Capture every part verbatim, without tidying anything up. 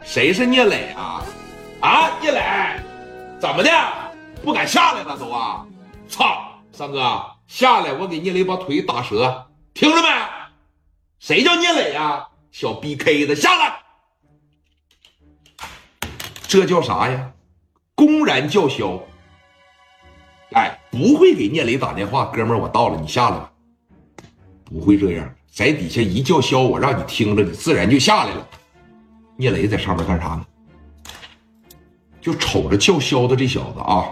谁是聂磊啊？啊，聂磊，怎么的？不敢下来了都啊？操，三哥下来，我给聂磊把腿打折，听着没？谁叫聂磊啊？小 B K 的，下来！这叫啥呀？公然叫嚣！哎，不会给聂磊打电话，哥们儿，我到了，你下来吧。不会这样，在底下一叫嚣，我让你听着，你自然就下来了。聂磊在上面干啥呢？就瞅着叫嚣的这小子啊，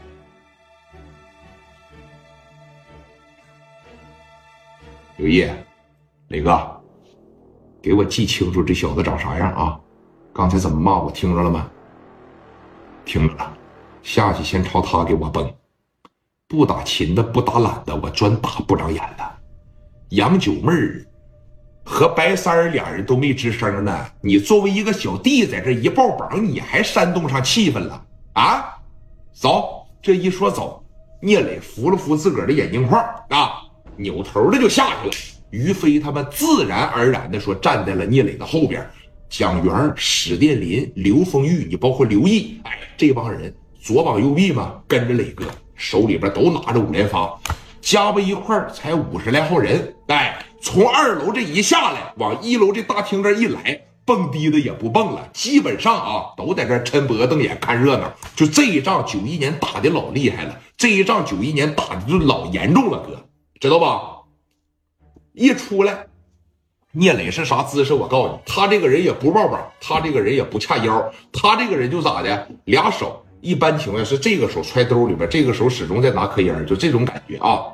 刘烨，磊哥，给我记清楚这小子长啥样啊！刚才怎么骂我，听着了吗？听着了，下去先朝他给我崩，不打勤的不打懒的，我专打不长眼的。杨九妹儿和白三儿俩人都没吱声呢，你作为一个小弟在这一抱膀，你还煽动上气氛了啊？走，这一说走，聂磊扶了扶自个儿的眼镜框啊，扭头的就下去了。于飞他们自然而然的说站在了聂磊的后边，蒋元、史殿林、刘丰玉，你包括刘毅，哎，这帮人左膀右臂嘛，跟着磊哥，手里边都拿着五连发，加吧一块才五十来号人，哎。从二楼这一下来，往一楼这大厅这一来，蹦迪的也不蹦了，基本上啊都在这抻脖瞪眼看热闹。就这一仗九一年打的老厉害了，这一仗九一年打的就老严重了，哥，知道吧？一出来，聂磊是啥姿势？我告诉你，他这个人也不抱膀，他这个人也不掐腰，他这个人就咋的？俩手一般情况是这个手揣兜里边，这个手始终在拿颗烟，就这种感觉啊。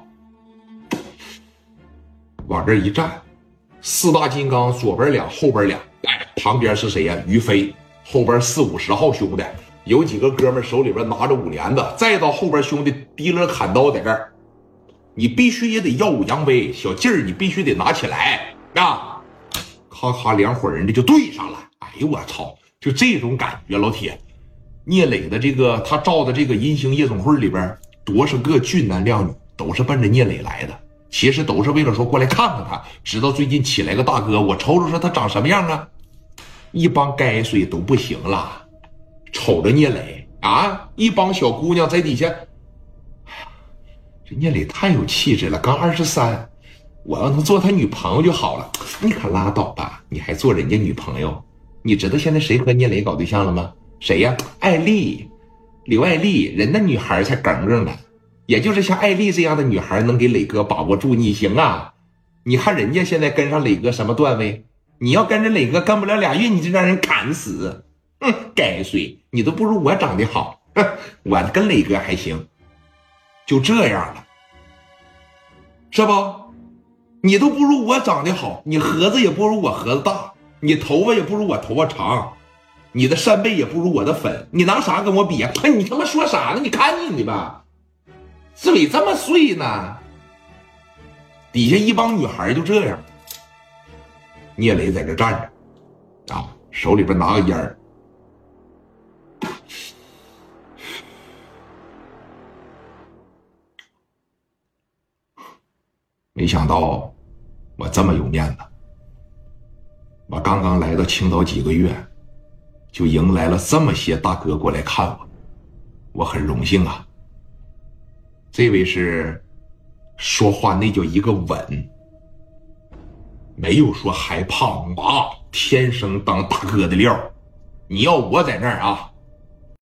往这一站，四大金刚左边俩，后边俩，哎，旁边是谁呀？于飞，后边四五十号兄弟，有几个哥们手里边拿着五连子，再到后边兄弟提了砍刀在这儿，你必须也得耀武扬威，小劲儿你必须得拿起来啊！咔咔两伙人这就对上了，哎呦我操，就这种感觉，老铁，聂磊的这个他照的这个银星夜总会里边，多少个俊男靓女都是奔着聂磊来的。其实都是为了说过来看看他，知道最近起来个大哥，我瞅瞅说他长什么样啊？一帮该睡都不行了，瞅着聂磊啊，一帮小姑娘在底下，哎呀，这聂磊太有气质了，刚二十三，我要能做他女朋友就好了。你可拉倒吧，你还做人家女朋友？你知道现在谁和聂磊搞对象了吗？谁呀？艾丽，刘艾丽，人那女孩才耿耿呢。也就是像艾丽这样的女孩能给磊哥把握住，你行啊？你看人家现在跟上磊哥什么段位？你要跟着磊哥干不了俩月，你就让人砍死。哼，该睡，你都不如我长得好。哼，我跟磊哥还行，就这样了，是不？你都不如我长得好，你盒子也不如我盒子大，你头发也不如我头发长，你的扇贝也不如我的粉，你拿啥跟我比啊？你他妈说啥呢？你看你的吧。嘴这么碎呢，底下一帮女孩就这样。聂磊在这站着啊，手里边拿个烟儿，没想到我这么有面子，我刚刚来到青岛几个月，就迎来了这么些大哥过来看我，我很荣幸啊。这位是说话那叫一个稳，没有说害怕，妈天生当大哥的料。你要我在那儿啊，